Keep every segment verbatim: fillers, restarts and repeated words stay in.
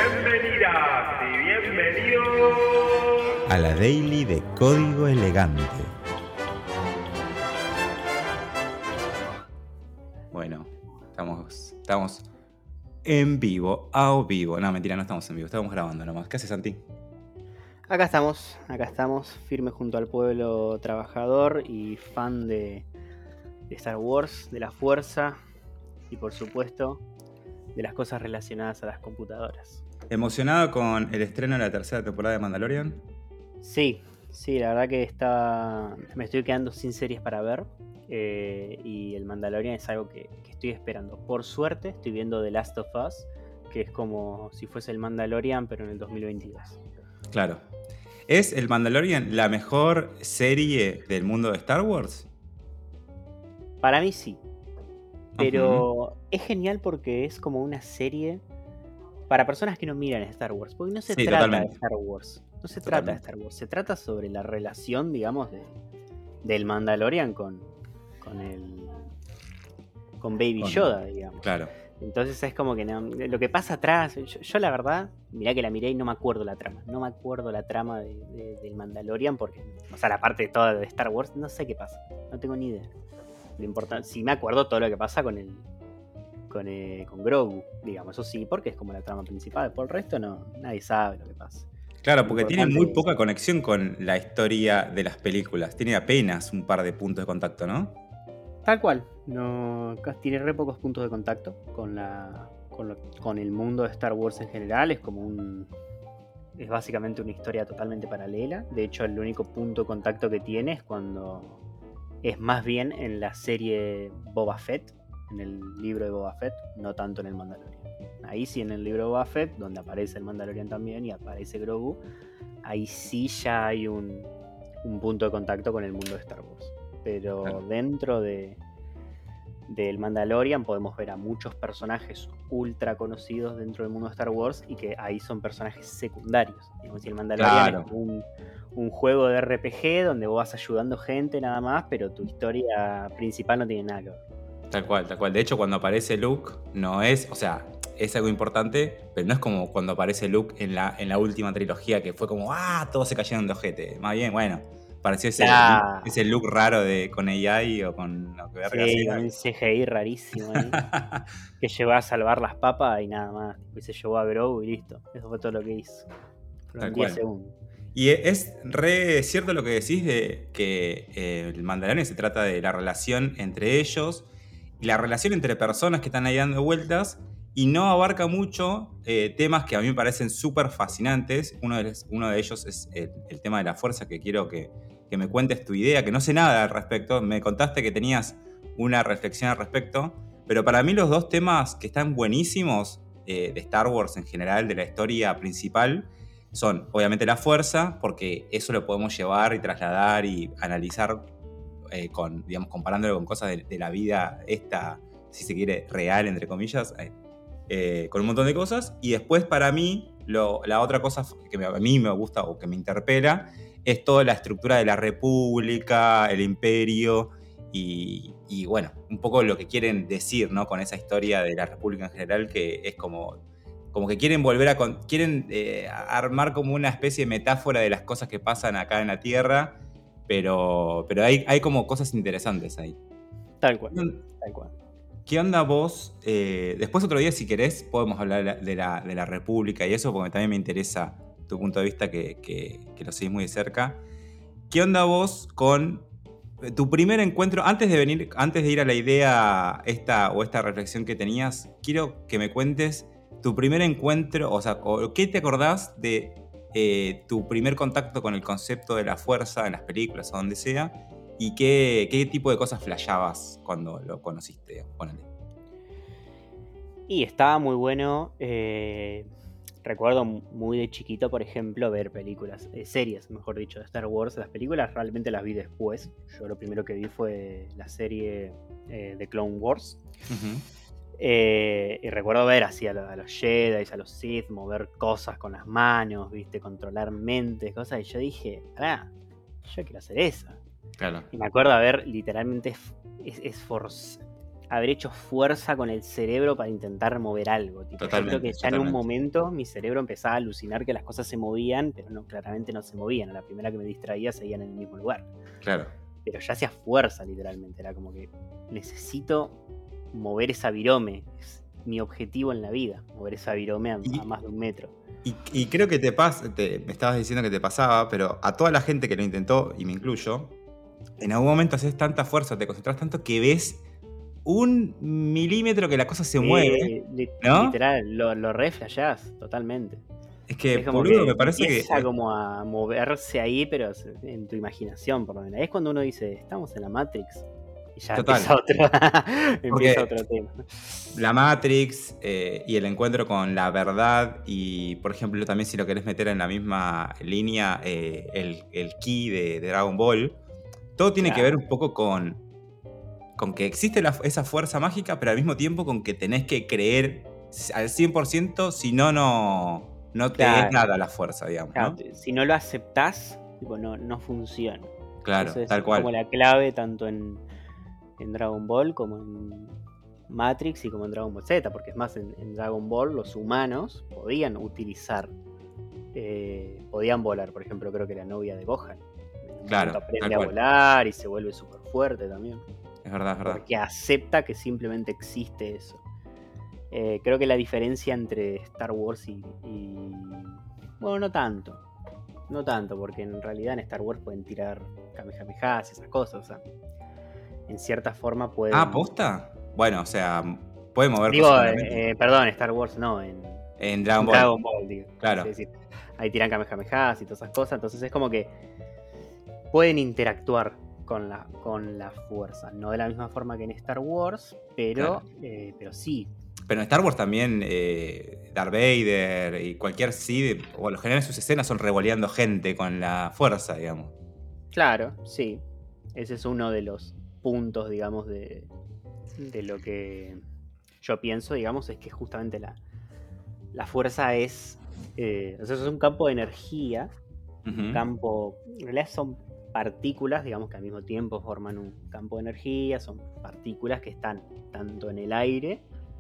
Bienvenidas y bienvenidos a la Daily de Código Elegante. Bueno, estamos, estamos en vivo, a vivo. No, mentira, no estamos en vivo, estamos grabando nomás. ¿Qué haces, Santi? Acá estamos, acá estamos, firmes junto al pueblo trabajador y fan de, de Star Wars, de la fuerza y por supuesto de las cosas relacionadas a las computadoras. ¿Emocionado con el estreno de la tercera temporada de Mandalorian? Sí, sí, la verdad que está, me estoy quedando sin series para ver eh, y el Mandalorian es algo que, que estoy esperando. Por suerte estoy viendo The Last of Us, que es como si fuese el Mandalorian pero en el dos mil veintidós. Claro. ¿Es el Mandalorian la mejor serie del mundo de Star Wars? Para mí sí. Pero Uh-huh. es genial porque es como una serie para personas que no miran Star Wars. Porque no se Sí, trata totalmente. de Star Wars. No se Totalmente. trata de Star Wars. Se trata sobre la relación, digamos, de, del Mandalorian con, con el con Baby Con- Yoda, digamos. Claro. Entonces es como que no, lo que pasa atrás. Yo, yo la verdad, mirá que la miré y no me acuerdo la trama. No me acuerdo la trama de, de, del Mandalorian porque, o sea, la parte toda de Star Wars, no sé qué pasa. No tengo ni idea. Lo importante, sí me acuerdo todo lo que pasa con el con, eh, con Grogu, digamos, eso sí, porque es como la trama principal. Por el resto no, nadie sabe lo que pasa. Claro, Lo porque tiene importante muy es- poca conexión con la historia de las películas. Tiene apenas un par de puntos de contacto, ¿no? Tal cual, no tiene re pocos puntos de contacto con la con, lo- con el mundo de Star Wars en general. Es como un es básicamente una historia totalmente paralela. De hecho, el único punto de contacto que tiene es cuando es más bien en la serie Boba Fett, en el libro de Boba Fett, no tanto en el Mandalorian. Ahí sí, en el libro de Boba Fett, donde aparece el Mandalorian también y aparece Grogu, ahí sí ya hay un, un punto de contacto con el mundo de Star Wars. Pero Claro. dentro de del Mandalorian podemos ver a muchos personajes ultra conocidos dentro del mundo de Star Wars y que ahí son personajes secundarios. Digamos, si el Mandalorian Claro. es como un, un juego de R P G donde vos vas ayudando gente nada más, pero tu historia principal no tiene nada que ver. Tal cual, tal cual. De hecho, cuando aparece Luke, no es, o sea, es algo importante, pero no es como cuando aparece Luke en la, en la última trilogía, que fue como, ah, todos se cayeron de ojete. Más bien, bueno, pareció ese, Claro. ese look raro de con A I o con lo que verga Sí, sea. con un C G I rarísimo ahí, que llevó a salvar las papas y nada más. Y se llevó a Grogu y listo. Eso fue todo lo que hizo. Fueron Tal diez cual. segundos. Y es re cierto lo que decís de que eh, el Mandalorian se trata de la relación entre ellos y la relación entre personas que están ahí dando vueltas y no abarca mucho eh, temas que a mí me parecen súper fascinantes. Uno de, uno de ellos es el, el tema de la fuerza, que quiero que, que me cuentes tu idea, que no sé nada al respecto. Me contaste que tenías una reflexión al respecto, pero para mí los dos temas que están buenísimos eh, de Star Wars en general, de la historia principal, son obviamente la fuerza, porque eso lo podemos llevar y trasladar y analizar eh, con, digamos, comparándolo con cosas de, de la vida esta, si se quiere, real, entre comillas, eh, eh, con un montón de cosas. Y después, para mí, lo, la otra cosa que me, a mí me gusta o que me interpela es toda la estructura de la república, el imperio y, y bueno, un poco lo que quieren decir, ¿no? Con esa historia de la república en general, que es como... como que quieren volver a... Con, quieren eh, armar como una especie de metáfora de las cosas que pasan acá en la Tierra, pero, pero hay, hay como cosas interesantes ahí. Tal cual, tal cual. ¿Qué onda vos? Eh, después otro día, si querés, podemos hablar de la, de la, de la República y eso, porque también me interesa tu punto de vista, que, que, que lo seguís muy de cerca. ¿Qué onda vos con tu primer encuentro? Antes de venir, antes de ir a la idea esta o esta reflexión que tenías, quiero que me cuentes tu primer encuentro, o sea, o ¿qué te acordás de eh, tu primer contacto con el concepto de la fuerza en las películas o donde sea? ¿Y qué, qué tipo de cosas flasheabas cuando lo conociste? Ponele. Y estaba muy bueno. Eh, recuerdo muy de chiquito, por ejemplo, ver películas, eh, series, mejor dicho, de Star Wars. Las películas realmente las vi después. Yo lo primero que vi fue la serie eh, de Clone Wars. Uh-huh. Eh, y recuerdo ver así a, lo, a los Jedi, a los Sith, mover cosas con las manos, viste, controlar mentes, cosas. Y yo dije, ah, yo quiero hacer eso. Claro. Y me acuerdo haber literalmente es, esforz, haber hecho fuerza con el cerebro para intentar mover algo. Tipo, yo creo que ya en un momento mi cerebro empezaba a alucinar que las cosas se movían, pero no, claramente no se movían. A la primera que me distraía seguían en el mismo lugar. Claro. Pero ya hacía fuerza, literalmente. Era como que necesito mover esa virome. Es mi objetivo en la vida, mover esa virome a, y, a más de un metro. Y, y creo que te pasa, te, me estabas diciendo que te pasaba, pero a toda la gente que lo intentó, y me incluyo, en algún momento haces tanta fuerza, te concentras tanto que ves un milímetro que la cosa se Sí, mueve, li- ¿no? Literal, lo, lo re flashás, totalmente. Es que, Es como boludo, que me parece que... empieza como a moverse ahí, pero en tu imaginación, por lo menos. Es cuando uno dice, estamos en la Matrix. Y ya Total. empieza otro, empieza Porque otro tema. la Matrix eh, y el encuentro con la verdad y, por ejemplo, también si lo querés meter en la misma línea, eh, el, el ki de, de Dragon Ball, todo tiene Claro. que ver un poco con, con que existe la- esa fuerza mágica, pero al mismo tiempo con que tenés que creer al cien por ciento, si no, no, no te Claro. es nada la fuerza, digamos, Claro, ¿no? si no lo aceptás, tipo, no, no funciona. Claro, Eso es tal cual. como la clave tanto en, en Dragon Ball como en Matrix y como en Dragon Ball Z, porque es más, en, en Dragon Ball los humanos podían utilizar, eh, podían volar, por ejemplo, creo que la novia de Gohan. En un Claro, momento aprende tal a cual. volar y se vuelve súper fuerte también. Es verdad, es verdad. Porque acepta que simplemente existe eso. Eh, creo que la diferencia entre Star Wars y, y... Bueno, no tanto. No tanto, porque en realidad en Star Wars pueden tirar kamehamehas y esas cosas. O sea, en cierta forma pueden... Ah, ¿posta? Bueno, o sea, puede mover Digo, cosas con la mente. eh, perdón, Star Wars no, en En Dragon Ball. Dragon Ball, digo. Claro. Es decir, ahí tiran kamehamehas y todas esas cosas. Entonces es como que pueden interactuar con la, con la fuerza. No de la misma forma que en Star Wars, pero, Claro. eh, pero sí. Pero en Star Wars también eh, Darth Vader y cualquier Sith, o lo general sus escenas son revoleando gente con la fuerza, digamos. Claro, sí. Ese es uno de los puntos, digamos, de, de lo que yo pienso, digamos, es que justamente la, la fuerza es... Eh, o sea, es un campo de energía, Ujú. un campo... En realidad son partículas, digamos, que al mismo tiempo forman un campo de energía, son partículas que están tanto en el aire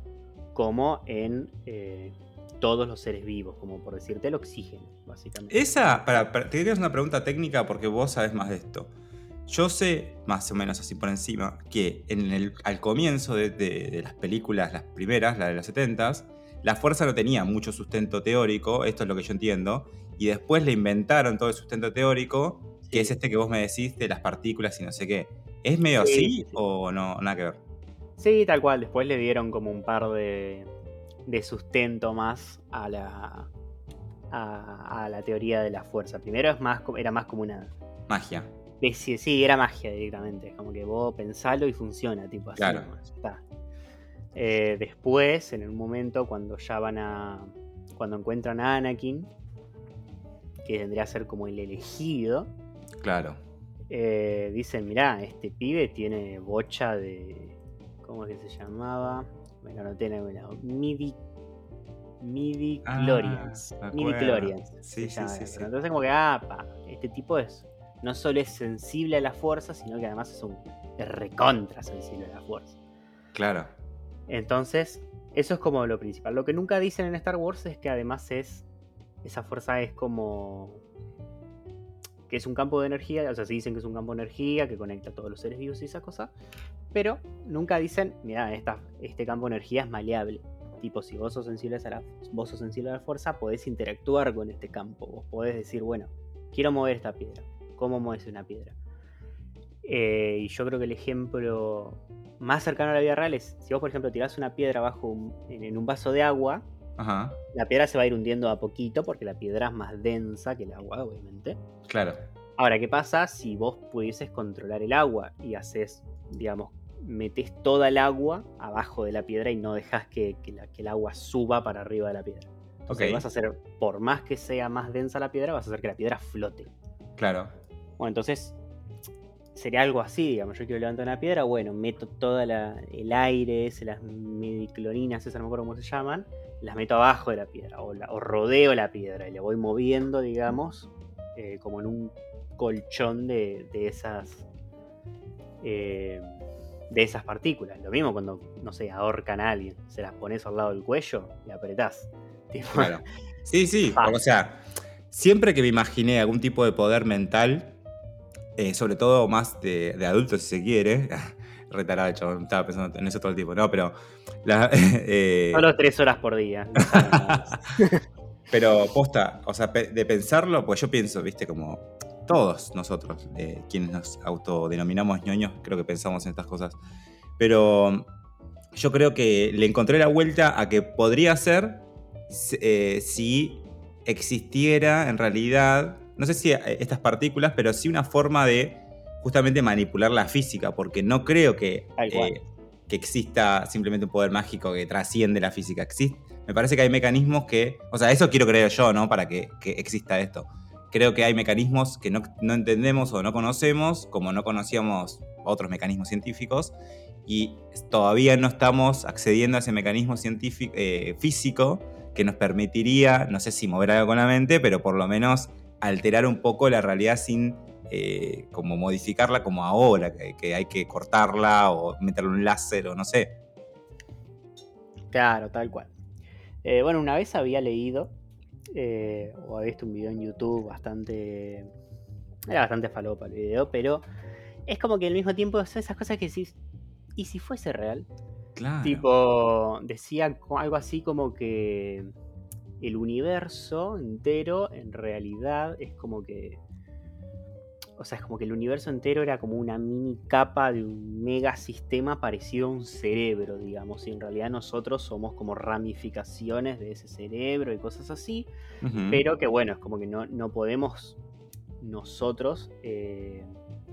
como en eh, todos los seres vivos, como por decirte el oxígeno, básicamente. Esa, para, para- te quería hacer una pregunta técnica porque vos sabés más de esto. Yo sé, más o menos así por encima, que en el, al comienzo de, de- de las películas, las primeras, las de los setentas, la fuerza no tenía mucho sustento teórico, esto es lo que yo entiendo, y después le inventaron todo el sustento teórico, que Sí. es este que vos me decís de las partículas y no sé qué. ¿Es medio Sí, así sí, sí. o no? Nada que ver. Sí, tal cual. Después le dieron como un par de, de sustento más a la, a, a la teoría de la fuerza. Primero es más, co- era más como una Magia. especie, sí, era magia directamente. Como que vos pensalo y funciona, tipo así. Claro. nomás, ya está. Eh, después, en un momento, cuando ya van a. Cuando encuentran a Anakin, que vendría a ser como el elegido, Claro. eh, dicen: mirá, este pibe tiene bocha de. ¿Cómo es que se llamaba? Me lo anoté en algún lado. Midi. Midi Chlorians. Ah, me Midi acuerdo. Chlorians. Sí, se sí, llama. sí, Pero sí. entonces, como que, ah, pa, este tipo es. No solo es sensible a la fuerza, sino que además es un. Es recontra sensible a la fuerza. Claro. Entonces, eso es como lo principal. Lo que nunca dicen en Star Wars es que además es. Esa fuerza es como. Que es un campo de energía. O sea, sí dicen que es un campo de energía que conecta a todos los seres vivos y esa cosa. Pero nunca dicen, mira, esta, este campo de energía es maleable. Tipo, si vos sos sensible a la, vos sos sensible a la fuerza, podés interactuar con este campo. Vos podés decir, bueno, quiero mover esta piedra. ¿Cómo mueves una piedra? Eh, y yo creo que el ejemplo más cercano a la vida real es, si vos, por ejemplo, tirás una piedra bajo un, en, en un vaso de agua, Ajá. la piedra se va a ir hundiendo a poquito porque la piedra es más densa que el agua, obviamente. Claro. Ahora, ¿qué pasa si vos pudieses controlar el agua y haces, digamos, metés toda el agua abajo de la piedra y no dejás que, que, la, que el agua suba para arriba de la piedra? Entonces Ok. vas a hacer, por más que sea más densa la piedra, vas a hacer que la piedra flote. Claro. Bueno, entonces sería algo así, digamos, yo quiero levantar una piedra, bueno, meto todo el aire, ese, las midiclorinas, esas no me acuerdo cómo se llaman, las meto abajo de la piedra, o, la, o rodeo la piedra y le voy moviendo, digamos, eh, como en un colchón de, de esas... Eh, de esas partículas. Lo mismo cuando, no sé, ahorcan a alguien, se las pones al lado del cuello y apretás. Tipo, Claro. Sí, sí, fa. o sea, siempre que me imaginé algún tipo de poder mental, eh, sobre todo más de, de adulto si se quiere, retarado, chabón, estaba pensando en eso todo el tiempo, no, pero... la- eh, Solo tres horas por día, no sale nada más. Pero posta, o sea, pe- de pensarlo, pues yo pienso, viste, como todos nosotros, eh, quienes nos autodenominamos ñoños, creo que pensamos en estas cosas. Pero yo creo que le encontré la vuelta a que podría ser eh, si existiera en realidad, no sé si eh, estas partículas, pero sí una forma de justamente manipular la física, porque no creo que, Tal cual. eh, que exista simplemente un poder mágico que trasciende la física. Existe, me parece que hay mecanismos que, o sea, eso quiero creer yo, ¿no? Para que, que exista esto. Creo que hay mecanismos que no, no entendemos o no conocemos, como no conocíamos otros mecanismos científicos, y todavía no estamos accediendo a ese mecanismo científico, eh, físico que nos permitiría, no sé si mover algo con la mente, pero por lo menos alterar un poco la realidad sin eh, como modificarla como ahora, que, que hay que cortarla o meterle un láser o no sé. Claro, tal cual. Eh, bueno, una vez había leído eh, o había visto un video en YouTube bastante... Era bastante falopa el video, pero es como que al mismo tiempo son esas cosas que decís, ¿y si fuese real? Claro. Tipo, decía algo así como que el universo entero en realidad es como que... O sea, es como que el universo entero era como una mini capa de un mega sistema parecido a un cerebro, digamos. Y en realidad nosotros somos como ramificaciones de ese cerebro y cosas así. Uh-huh. Pero que bueno, es como que no, no podemos nosotros eh,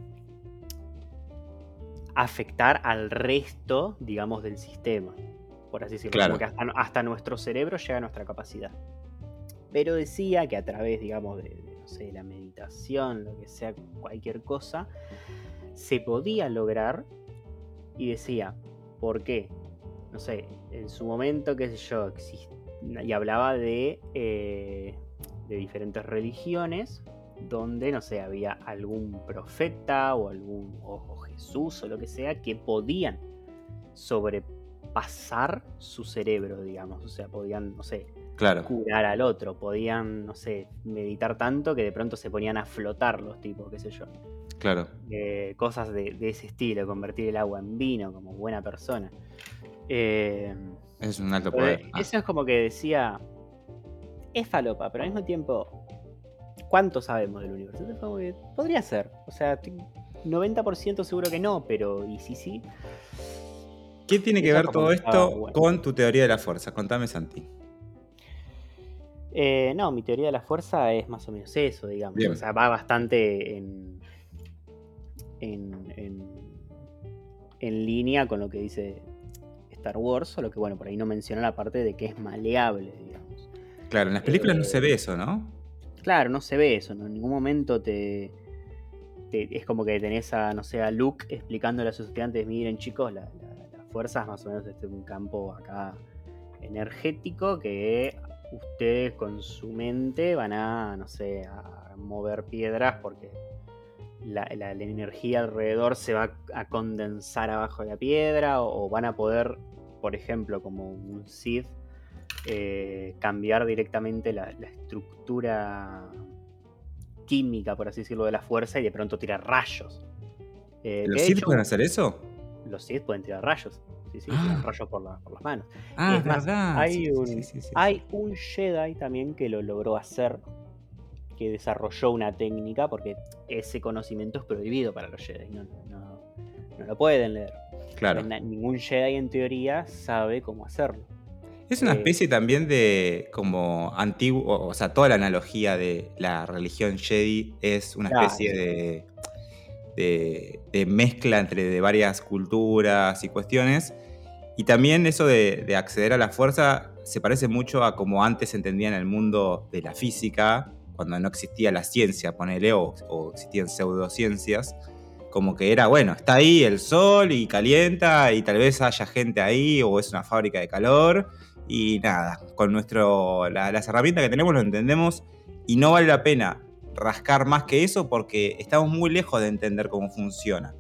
afectar al resto, digamos, del sistema. Por así decirlo. Claro. Como que hasta, hasta nuestro cerebro llega a nuestra capacidad. Pero decía que a través, digamos, de, de, no sé, la meditación, lo que sea, cualquier cosa, se podía lograr. Y decía, ¿por qué? No sé, en su momento, qué sé yo, exist... y hablaba de, eh, de diferentes religiones, donde, no sé, había algún profeta o algún o, o Jesús o lo que sea, que podían sobrepasar su cerebro, digamos. O sea, podían, no sé, Claro. curar al otro, podían, no sé, meditar tanto que de pronto se ponían a flotar los tipos, qué sé yo. Claro. Eh, cosas de, de ese estilo, convertir el agua en vino como buena persona. Eh, es un alto poder. Ah. Eso es como que decía, es falopa, pero al mismo tiempo, ¿cuánto sabemos del universo? Entonces, como que podría ser, o sea, noventa por ciento seguro que no, pero ¿y si sí? ¿Qué tiene que ver todo esto bueno. con tu teoría de la fuerza? Contame, Santi. Eh, no, mi teoría de la fuerza es más o menos eso, digamos. Bien. O sea, va bastante en, en, en, en línea con lo que dice Star Wars, solo que, bueno, por ahí no menciona la parte de que es maleable, digamos. Claro, en las películas eh, no se ve eso, ¿no? Claro, no se ve eso, ¿no? En ningún momento te, te es como que tenés a, no sé, a Luke explicándole a sus estudiantes, miren, chicos, la, la, la fuerza es más o menos este, un campo acá energético que ustedes con su mente van a, no sé, a mover piedras porque la, la, la energía alrededor se va a condensar abajo de la piedra o, o van a poder, por ejemplo, como un Sith, eh, cambiar directamente la, la estructura química, por así decirlo, de la fuerza y de pronto tirar rayos. Eh, ¿Los Sith pueden hacer eso? Los Sith pueden tirar rayos. Sí, sí, ah. tiran rayos por, la, por las manos. Ah, es más, verdad. Hay, sí, un, sí, sí, sí, hay sí. un Jedi también que lo logró hacer, que desarrolló una técnica, porque ese conocimiento es prohibido para los Jedi, no, no, no lo pueden leer. Claro. Entonces, ningún Jedi en teoría sabe cómo hacerlo. Es una especie eh, también de como antiguo, o sea, toda la analogía de la religión Jedi es una especie claro. de, de, de mezcla entre de varias culturas y cuestiones. Y también eso de, de acceder a la fuerza se parece mucho a como antes se entendía en el mundo de la física, cuando no existía la ciencia, ponele, o, o existían pseudociencias, como que era, bueno, está ahí el sol y calienta y tal vez haya gente ahí o es una fábrica de calor y nada, con nuestro, la, las herramientas que tenemos lo entendemos y no vale la pena rascar más que eso porque estamos muy lejos de entender cómo funciona.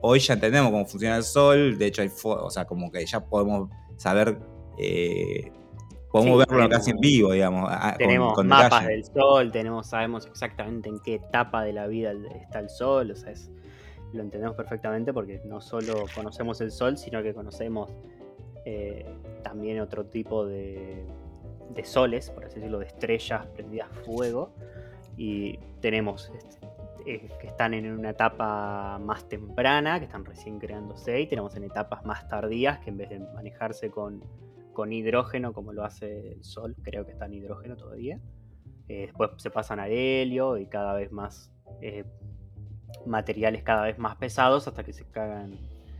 hoy ya entendemos cómo funciona el sol, de hecho hay fo- o sea, como que ya podemos saber, eh, podemos Sí, verlo casi en tenemos, vivo, digamos, a- a- con, tenemos con mapas detalle. del sol, tenemos, sabemos exactamente en qué etapa de la vida está el sol, o sea, es, lo entendemos perfectamente porque no solo conocemos el sol, sino que conocemos eh, también otro tipo de, de soles, por así decirlo, de estrellas prendidas a fuego, y tenemos eh, que están en una etapa más temprana, que están recién creándose, y tenemos en etapas más tardías que en vez de manejarse con, con hidrógeno como lo hace el Sol, creo que está en hidrógeno todavía, eh, después se pasan al helio y cada vez más eh, materiales cada vez más pesados hasta que se cagan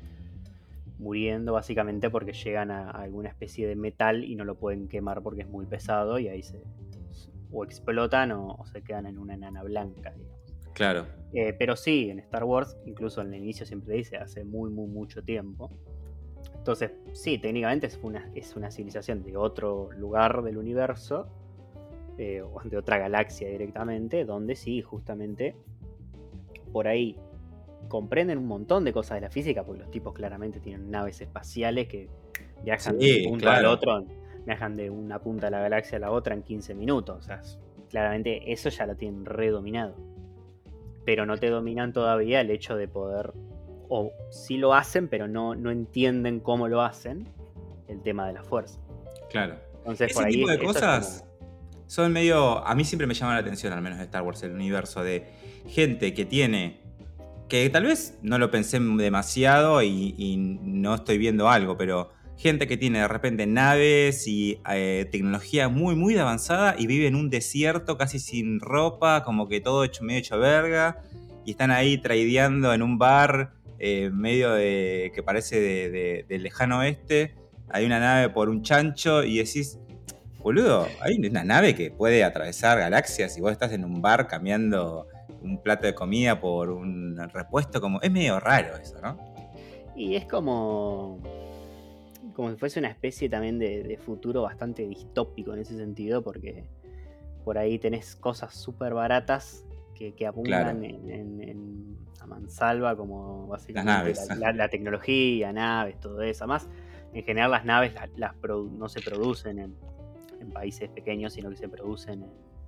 muriendo básicamente porque llegan a, a alguna especie de metal y no lo pueden quemar porque es muy pesado y ahí se o explotan o, o se quedan en una enana blanca, digamos. Claro. Eh, pero sí, en Star Wars, incluso en el inicio siempre dice, hace muy, muy, mucho tiempo. Entonces, sí, técnicamente es una, es una civilización de otro lugar del universo, eh, o de otra galaxia directamente, donde sí, justamente, por ahí comprenden un montón de cosas de la física, porque los tipos claramente tienen naves espaciales que viajan Sí, de un punto al claro. otro, viajan de una punta de la galaxia a la otra en quince minutos. O sea, claramente eso ya lo tienen redominado. Pero no te dominan todavía el hecho de poder, o sí lo hacen, pero no, no entienden cómo lo hacen, el tema de la fuerza. Claro. Entonces, Ese por ahí tipo de eso es cosas como... son medio. A mí siempre me llama la atención, al menos de Star Wars, el universo de gente que tiene. Que tal vez no lo pensé demasiado y, y no estoy viendo algo, pero gente que tiene de repente naves y eh, tecnología muy, muy avanzada y vive en un desierto casi sin ropa, como que todo hecho medio hecho verga, y están ahí tradeando en un bar eh, medio de que parece de, de, de lejano oeste. Hay una nave por un chancho y decís, boludo, hay una nave que puede atravesar galaxias y vos estás en un bar cambiando un plato de comida por un repuesto, como es medio raro eso, ¿no? Y es como... como si fuese una especie también de, de futuro bastante distópico en ese sentido, porque por ahí tenés cosas súper baratas que, que abundan Claro. en, en, en, a mansalva, como básicamente Las la, naves. la, la, tecnología, naves, todo eso. Además, en general las naves las, las produ- no se producen en, en países pequeños, sino que se producen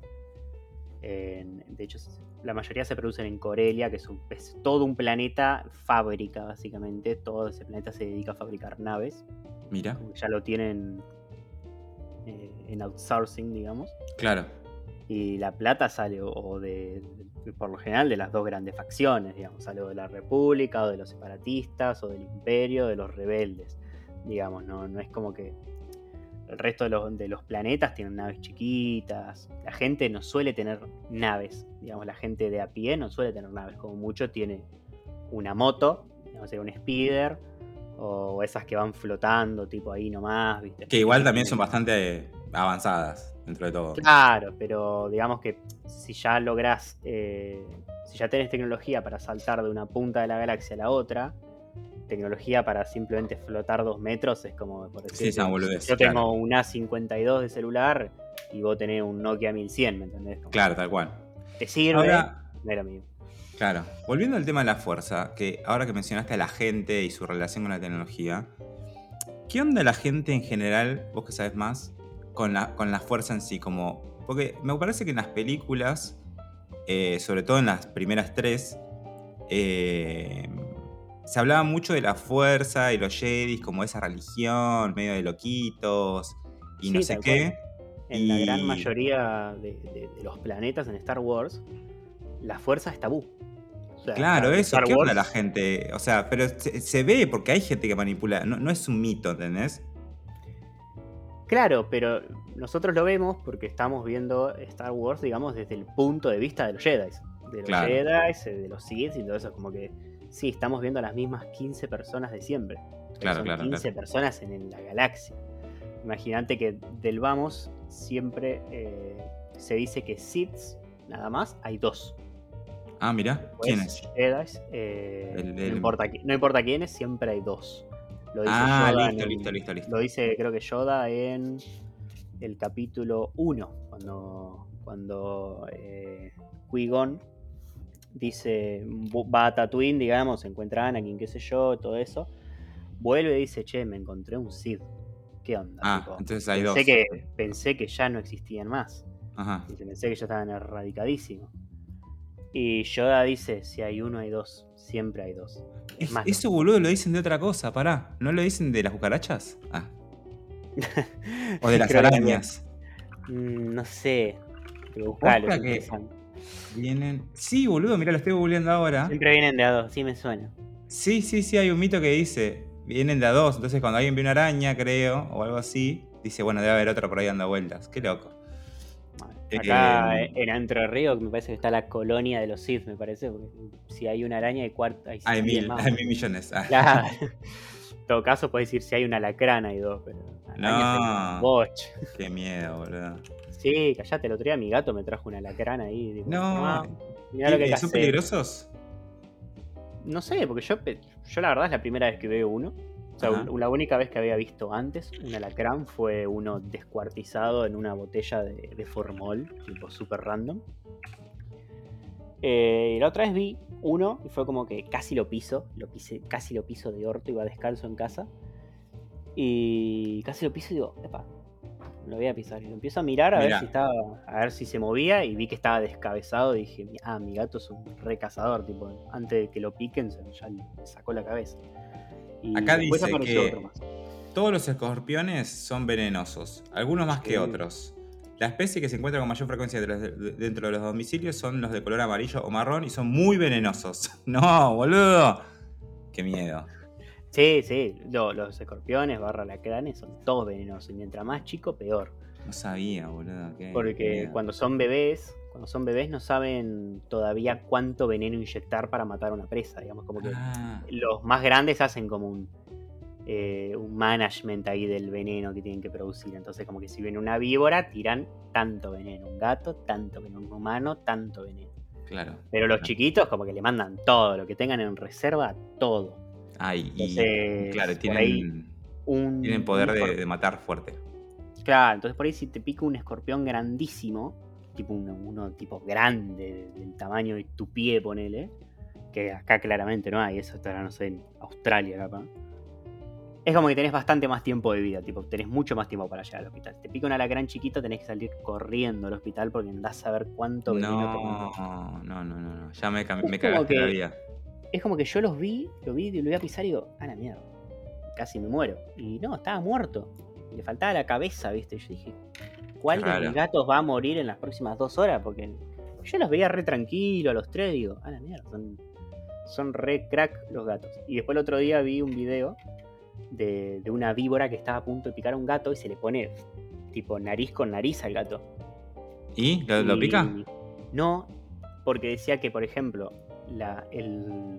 en, en, de hecho, la mayoría se producen en Corelia, que es, un, es todo un planeta fábrica, básicamente. Todo ese planeta se dedica a fabricar naves. Mira. Como que ya lo tienen eh, en outsourcing, digamos. Claro. Y la plata sale o de, de, por lo general, de las dos grandes facciones, digamos. Sale o de la República, o de los separatistas, o del Imperio, o de los rebeldes, digamos. No, no es como que el resto de los, de los planetas tienen naves chiquitas. La gente no suele tener naves, digamos. La gente de a pie no suele tener naves. Como mucho tiene una moto, digamos, un speeder, o esas que van flotando, tipo ahí nomás, ¿viste? Que Gente igual que también tiene... son bastante avanzadas, dentro de todo. Claro, pero digamos que si ya lográs, eh, si ya tenés tecnología para saltar de una punta de la galaxia a la otra, tecnología para simplemente flotar dos metros, es como, por decirte, Sí, es una boludez, yo claro. tengo un A cincuenta y dos de celular y vos tenés un Nokia mil cien, ¿me entendés? Como Claro, tal cual. te sirve, Ahora, no era mío. claro, volviendo al tema de la fuerza, que ahora que mencionaste a la gente y su relación con la tecnología, ¿qué onda la gente en general, vos que sabes más, con la, con la fuerza en sí? Como, porque me parece que en las películas, eh, sobre todo en las primeras tres, eh, se hablaba mucho de la fuerza y los Jedis como esa religión, medio de loquitos y no Sí, sé tal cual. qué. En la gran Y mayoría de, de, de los planetas en Star Wars, la fuerza es tabú. O sea, claro, en eso, Star ¿qué onda la Wars... gente? O sea, pero se, se ve porque hay gente que manipula, no, no es un mito, ¿entendés? Claro, pero nosotros lo vemos porque estamos viendo Star Wars, digamos, desde el punto de vista de los Jedi. De los Claro. Jedi, de los Sith y todo eso. Como que sí, estamos viendo a las mismas quince personas de siempre. Pero Claro, son claro, quince claro. personas en, en la galaxia. Imagínate que del vamos siempre eh, se dice que Siths, nada más, hay dos. Ah, mira, Después, ¿quién es? Jedi, eh, El- no, el- importa, qui- no importa quiénes, siempre hay dos. Lo dice Ah, Yoda listo, en listo, el- listo, listo. Lo dice, creo que Yoda en el capítulo uno, cuando, cuando eh, Qui-Gon dice, va a Tatooine, digamos, encuentra a Anakin, qué sé yo, todo eso. Vuelve y dice, che, me encontré un Sith. ¿Qué onda? Ah, Tipo, entonces hay pensé dos. que, pensé que ya no existían más. Ajá. Dice, pensé que ya estaban erradicadísimos. Y Yoda dice, si hay uno hay dos, siempre hay dos. Es Es- más, eso, boludo, lo dicen de otra cosa, pará. ¿No lo dicen de las cucarachas? Ah. O de las creo que también. arañas. Mm, no sé, pero buscalo, es Posta que interesante. vienen. Sí, boludo, mira, lo estoy googleando ahora. Siempre vienen de a dos, sí me suena. Sí, sí, sí, hay un mito que dice, vienen de a dos. Entonces cuando alguien ve una araña, creo, o algo así, dice, bueno, debe haber otro por ahí dando vueltas. Qué loco. Acá Eh, en Entre Ríos me parece que está la colonia de los Sith, me parece, porque si hay una araña hay, cuarta, hay hay diez mil, más. hay mil millones. Ah. Claro. En todo caso puedes decir si hay una alacrán hay dos, pero arañas hay un No, boch. qué miedo, boludo. Sí, callate, el otro día mi gato me trajo una alacrán ahí, digo, No, no, mirá lo que ¿qué- ¿son casé. peligrosos? No sé, porque yo, pe- yo la verdad es la primera vez que veo uno. O sea, Ajá. la única vez que había visto antes un alacrán fue uno descuartizado en una botella de, de formol, tipo super random. Eh, y la otra vez vi uno y fue como que casi lo piso, lo pisé, casi lo piso de orto, iba descalzo en casa. Y casi lo piso y digo, epa, lo voy a pisar. Y lo empiezo a mirar a ver Mirá. si estaba, a ver si se movía y vi que estaba descabezado y dije, ah, mi gato es un recazador, tipo, antes de que lo piquen se- ya le sacó la cabeza. Y Acá después dice apareció otro que más. todos los escorpiones son venenosos, algunos más que Sí. otros. La especie que se encuentra con mayor frecuencia de los- de- dentro de los domicilios son los de color amarillo o marrón y son muy venenosos. No, boludo. Qué miedo. Sí, sí, lo- los escorpiones barra alacranes son todos venenosos. Y mientras más chico, peor. No sabía, boludo. Qué, qué Porque miedo. cuando son bebés, cuando son bebés no saben todavía cuánto veneno inyectar para matar a una presa. Digamos, como que Ah, los más grandes hacen como un, eh, un management ahí del veneno que tienen que producir. Entonces, como que si viene una víbora, tiran tanto veneno. Un gato, tanto veneno. Un humano, tanto veneno. claro. Pero los claro. chiquitos, como que le mandan todo, lo que tengan en reserva, todo. Ay, y, Entonces, claro, por tienen, ahí un, tienen un poder de, escorpión. de matar fuerte. Claro, entonces por ahí si te pica un escorpión grandísimo, tipo uno, uno tipo grande, del tamaño de tu pie, ponele, que acá claramente no hay, eso estará, no sé, en Australia capaz. Es como que tenés bastante más tiempo de vida, tipo, tenés mucho más tiempo para llegar al hospital. Te pica un alacrán chiquito, tenés que salir corriendo al hospital porque andás a ver cuánto veneno te mandó. No, no, no, no, no. Ya me, cam- Es me como cagaste la que- vida. Es como que yo los vi, lo vi, lo voy a pisar y digo, ah, la mierda, casi me muero. Y no, estaba muerto. Le faltaba la cabeza, ¿viste? Yo dije, ¿cuál Qué de raro. mis gatos va a morir en las próximas dos horas? Porque yo los veía re tranquilos a los tres, digo, ah, la mierda, son, son re crack los gatos. Y después el otro día vi un video de, de una víbora que estaba a punto de picar a un gato y se le pone tipo nariz con nariz al gato. ¿Y? ¿Lo, lo Y- pica? No, porque decía que, por ejemplo, la, el,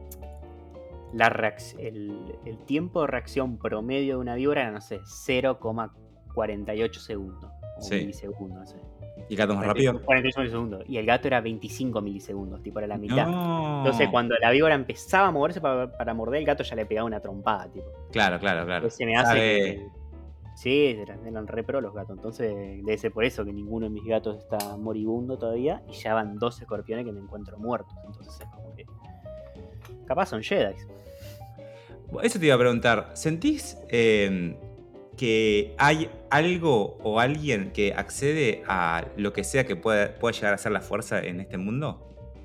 la reacc- el, el tiempo de reacción promedio de una víbora era, no sé, cero coma cuarenta y ocho segundos. O Sí. milisegundos, no sé. ¿Y el gato más rápido? cuarenta y ocho milisegundos. Y el gato era veinticinco milisegundos, tipo era la mitad. No. Entonces, cuando la víbora empezaba a moverse para, para morder, el gato ya le pegaba una trompada, tipo. Claro, claro, claro. Entonces se me hace Sabe- que. Sí, eran, eran re pro los gatos. Entonces, debe ser por eso que ninguno de mis gatos está moribundo todavía. Y ya van dos escorpiones que me encuentro muertos. Entonces es como que. Capaz son Jedi. Eso te iba a preguntar. ¿Sentís eh, que hay algo o alguien que accede a lo que sea que pueda, pueda llegar a ser la fuerza en este mundo?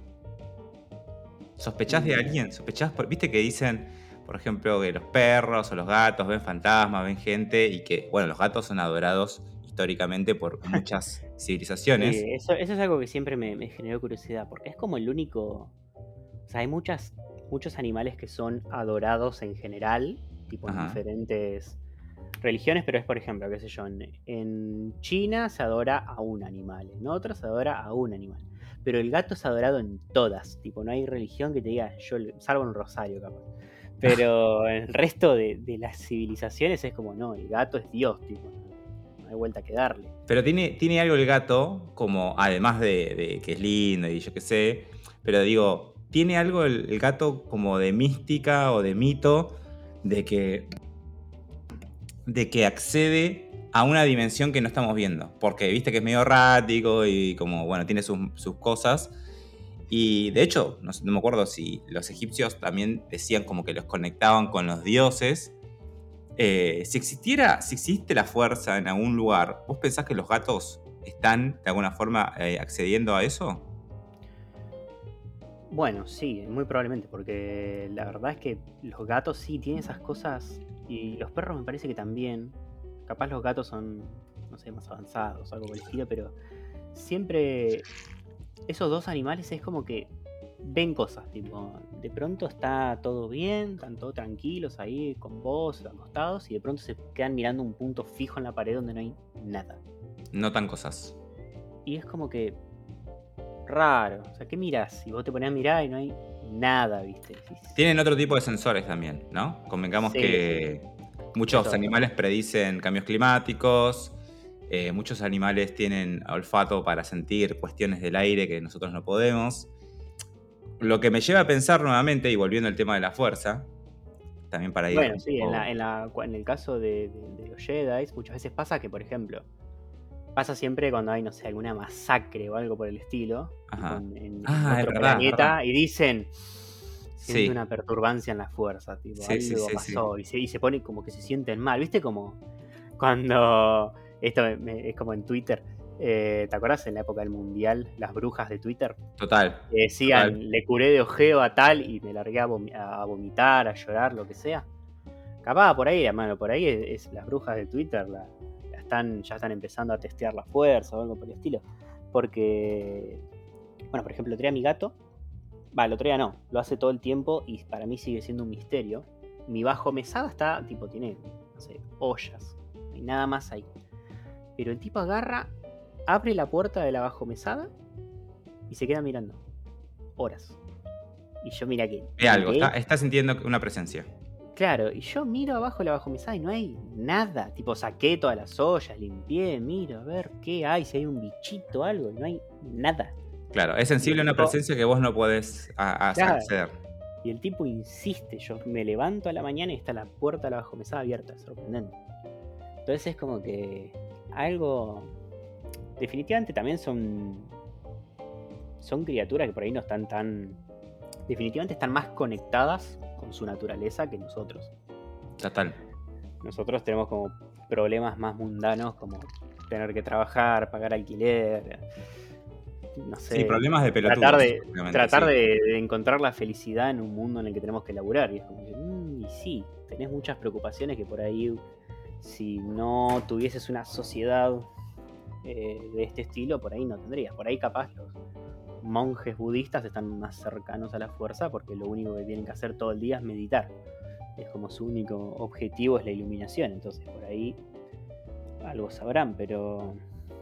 ¿Sospechás de Mm. alguien? ¿Sospechás? por- ¿Viste que dicen, por ejemplo, que los perros o los gatos ven fantasmas, ven gente y que, bueno, los gatos son adorados históricamente por muchas civilizaciones? Sí, eso, eso es algo que siempre me, me generó curiosidad. Porque es como el único. O sea, hay muchas, muchos animales que son adorados en general. Tipo en Ajá. diferentes religiones. Pero es, por ejemplo, qué sé yo. En, en China se adora a un animal. En otras se adora a un animal. Pero el gato es adorado en todas. Tipo, no hay religión que te diga, yo, le- salvo en Rosario, capaz. Pero en el resto de, de las civilizaciones es como, no, el gato es Dios, tipo. No hay vuelta que darle. Pero tiene, tiene algo el gato, como además de, de que es lindo y yo qué sé, pero digo, tiene algo el, el gato como de mística o de mito, de que, de que accede a una dimensión que no estamos viendo. Porque viste que es medio errático y como, bueno, tiene sus, sus cosas. Y de hecho, no, no me acuerdo si los egipcios también decían como que los conectaban con los dioses. Eh, si existiera, si existe la fuerza en algún lugar, ¿vos pensás que los gatos están de alguna forma eh, accediendo a eso? Bueno, sí, muy probablemente, porque la verdad es que los gatos sí tienen esas cosas y los perros me parece que también. Capaz los gatos son, no sé, más avanzados o algo por el estilo, pero siempre esos dos animales es como que ven cosas, tipo, de pronto está todo bien, están todos tranquilos ahí con vos, acostados, y de pronto se quedan mirando un punto fijo en la pared donde no hay nada. Notan cosas. Y es como que raro, o sea, ¿qué mirás? Y vos te ponés a mirar y no hay nada, ¿viste? Tienen otro tipo de sensores también, ¿no? Convengamos Sí, sí, que de muchos todo. animales predicen cambios climáticos, eh, muchos animales tienen olfato para sentir cuestiones del aire que nosotros no podemos. Lo que me lleva a pensar nuevamente, y volviendo al tema de la fuerza, también para ir Bueno, un sí, en, la, poco... en, la, en el caso de, de, de los Jedi, muchas veces pasa que, por ejemplo, pasa siempre cuando hay, no sé, alguna masacre o algo por el estilo, tipo Ajá. en, en- en Ah, es otro verdad, es verdad. planeta, y dicen, siente Sí, una perturbancia en la fuerza, tipo, sí, sí, algo sí, sí. pasó, y se, y se pone como que se sienten mal, ¿viste? Como cuando, esto me- me- es como en Twitter, eh, ¿te acordás en la época del Mundial, las brujas de Twitter? Total, Que total. decían, le curé de ojeo a tal y me largué a, vomi- a vomitar, a llorar, lo que sea. Capaz por ahí, hermano, por ahí es, es las brujas de Twitter, la, la están, ya están empezando a testear la fuerza o algo por el estilo. Porque, bueno, por ejemplo, el otro día mi gato, va, el otro día no, lo hace todo el tiempo y para mí sigue siendo un misterio. Mi bajo mesada está, tipo, tiene, no sé, ollas, no hay nada más ahí. Pero el tipo agarra, abre la puerta de la bajo mesada y se queda mirando. Horas. Y yo mira que Ve algo, está, miré. está sintiendo una presencia. Claro, y yo miro abajo de la bajomesada y no hay nada. Tipo, saqué todas las ollas, limpié, miro a ver qué hay, si hay un bichito, algo, y no hay nada. Claro, es Y el sensible a una tipo, presencia que vos no podés a- a- claro, acceder. y el tipo insiste. Yo me levanto a la mañana y está la puerta de la bajomesada abierta, sorprendente. Entonces es como que algo. Definitivamente también son. Son criaturas que por ahí no están tan. Definitivamente están más conectadas con su naturaleza que nosotros. Total. Nosotros tenemos como problemas más mundanos como tener que trabajar, pagar alquiler, no Sí, sé, problemas de tratar pelotudos, de básicamente, tratar sí. de, de encontrar la felicidad en un mundo en el que tenemos que laburar. Y es como que, mm, y sí, tenés muchas preocupaciones que por ahí, si no tuvieses una sociedad eh, de este estilo, por ahí no tendrías. Por ahí capaz los monjes budistas están más cercanos a la fuerza porque lo único que tienen que hacer todo el día es meditar. Es como su único objetivo es la iluminación, entonces por ahí algo sabrán, pero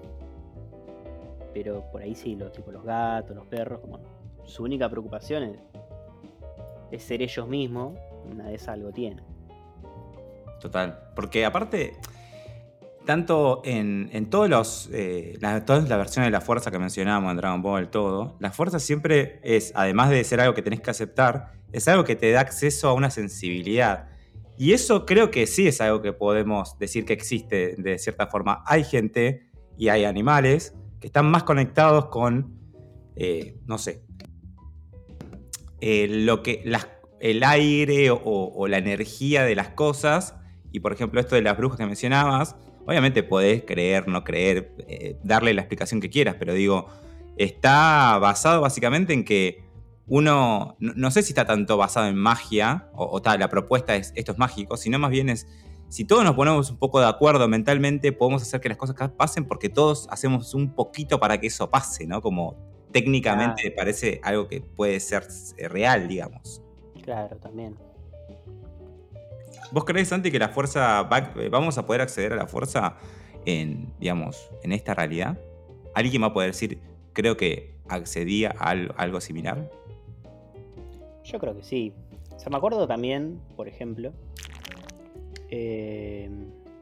pero por ahí sí, los tipo los gatos, los perros, como su única preocupación es, es ser ellos mismos, una vez algo tienen. Total. Porque aparte, tanto en, en todos los, eh, la- todas las versiones de la fuerza que mencionábamos en Dragon Ball, todo, la fuerza siempre es, además de ser algo que tenés que aceptar, es algo que te da acceso a una sensibilidad. Y eso creo que sí es algo que podemos decir que existe de cierta forma. Hay gente y hay animales que están más conectados con, eh, no sé, eh, lo que, las- el aire o, o la energía de las cosas. Y por ejemplo, esto de las brujas que mencionabas, obviamente podés creer, no creer, eh, darle la explicación que quieras, pero digo, está basado básicamente en que uno, no, no sé si está tanto basado en magia, o, o tal, la propuesta es esto es mágico, sino más bien es, si todos nos ponemos un poco de acuerdo mentalmente, podemos hacer que las cosas pasen porque todos hacemos un poquito para que eso pase, ¿no? Como técnicamente Claro, parece algo que puede ser eh, real, digamos. claro, también. ¿Vos creés, Santi, que la fuerza va- eh, vamos a poder acceder a la fuerza en, digamos, en esta realidad? ¿Alguien va a poder decir, creo que accedía a al- algo similar? Yo creo que sí. O sea, me acuerdo también, por ejemplo, eh,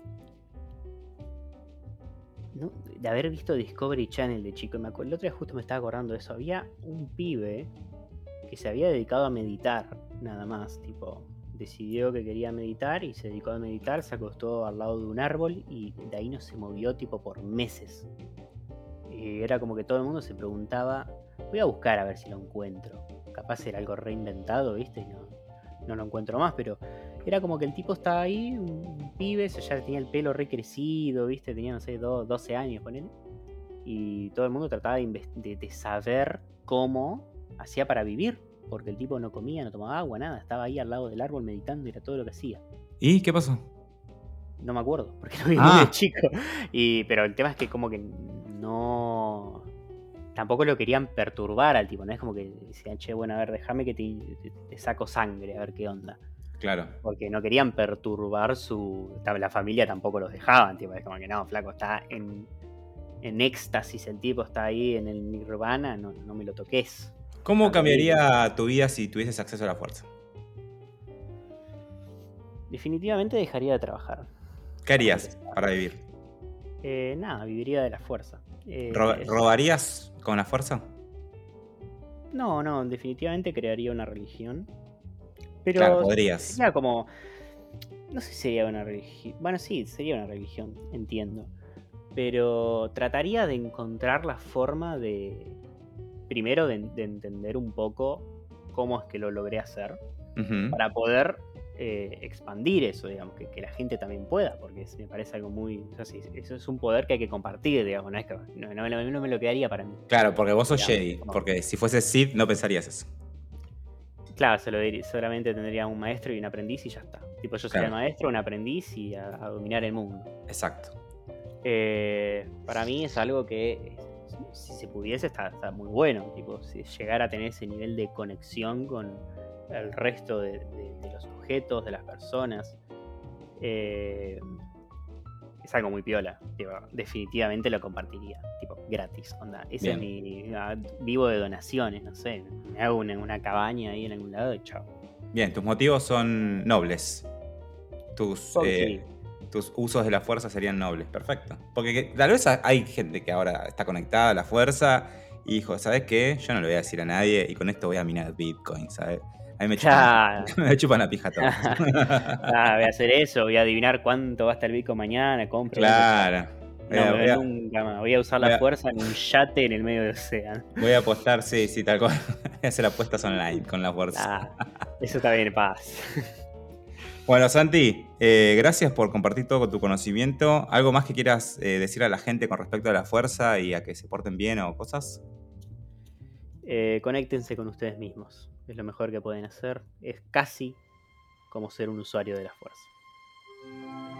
no, de haber visto Discovery Channel de chico. Me acuerdo, el otro día justo me estaba acordando de eso. Había un pibe que se había dedicado a meditar, nada más. Tipo, decidió que quería meditar y se dedicó a meditar, se acostó al lado de un árbol y de ahí no se movió tipo por meses. y era como que todo el mundo se preguntaba, voy a buscar a ver si lo encuentro. Capaz era algo reinventado, ¿viste? Y no, no lo encuentro más, pero era como que el tipo estaba ahí, un, un pibe, ya tenía el pelo re crecido, ¿viste? Tenía, no sé, do, doce años con él. Y todo el mundo trataba de, de, de saber cómo hacía para vivir, porque el tipo no comía, no tomaba agua, nada. Estaba ahí al lado del árbol meditando y era todo lo que hacía. ¿Y qué pasó? No me acuerdo, porque lo vi Ah. muy de chico. Y, pero el tema es que como que no... Tampoco lo querían perturbar al tipo, no es como que decían, che, bueno, a ver, déjame que te, te, te saco sangre, a ver qué onda. Claro. Porque no querían perturbar su... La familia tampoco los dejaban, tipo, es como que no, flaco, está en, en éxtasis, el tipo está ahí en el nirvana, no, no me lo toques. ¿Cómo cambiaría tu vida si tuvieses acceso a la fuerza? Definitivamente dejaría de trabajar. ¿Qué harías para vivir? Eh, nada, viviría de la fuerza. Eh, ¿Robarías con la fuerza? No, no, definitivamente crearía una religión. Pero claro, podrías. Sería como... No sé si sería una religión... Bueno, sí, sería una religión, entiendo. Pero trataría de encontrar la forma de... Primero de, de entender un poco cómo es que lo logré hacer. Uh-huh. Para poder eh, expandir eso, digamos, que, que la gente también pueda, porque es, me parece algo muy... O sea, sí, eso es un poder que hay que compartir, digamos, no, es que, no, no, no, no me lo quedaría para mí. Claro, porque vos sos digamos, Jedi, como... porque si fuese Sith no pensarías eso. Claro, se lo diría, solamente tendría un maestro y un aprendiz y ya está. Tipo, yo sería claro. el maestro, un aprendiz y a, a dominar el mundo. Exacto. Eh, para mí es algo que, si se pudiese, está, está muy bueno. Tipo, si llegar a tener ese nivel de conexión con el resto de, de, de los objetos, de las personas. Eh, es algo muy piola. Tipo, definitivamente lo compartiría. Tipo, gratis. Onda. Ese es mi. Vivo de donaciones, no sé. Me hago una, una cabaña ahí en algún lado y chao. Bien, tus motivos son nobles. Tus, oh, eh, sí. tus usos de la fuerza serían nobles. Perfecto. Porque que, tal vez hay gente que ahora está conectada a la fuerza y dijo, ¿sabes qué? Yo no le voy a decir a nadie y con esto voy a minar Bitcoin, ¿sabes? A mí me chupan, claro. me chupan la pija todo. ah, voy a hacer eso, voy a adivinar cuánto va a estar el Bitcoin mañana, compro. Claro. No, voy a, voy a, nunca más. Voy a usar voy a, la fuerza en un yate en el medio del océano. Voy a apostar, sí, sí, tal cual. Voy a hacer apuestas online con la fuerza. Ah, eso está bien, paz. Bueno, Santi, eh, gracias por compartir todo con tu conocimiento. ¿Algo más que quieras eh, decir a la gente con respecto a la fuerza y a que se porten bien o cosas? Eh, conéctense con ustedes mismos. Es lo mejor que pueden hacer. Es casi como ser un usuario de la fuerza.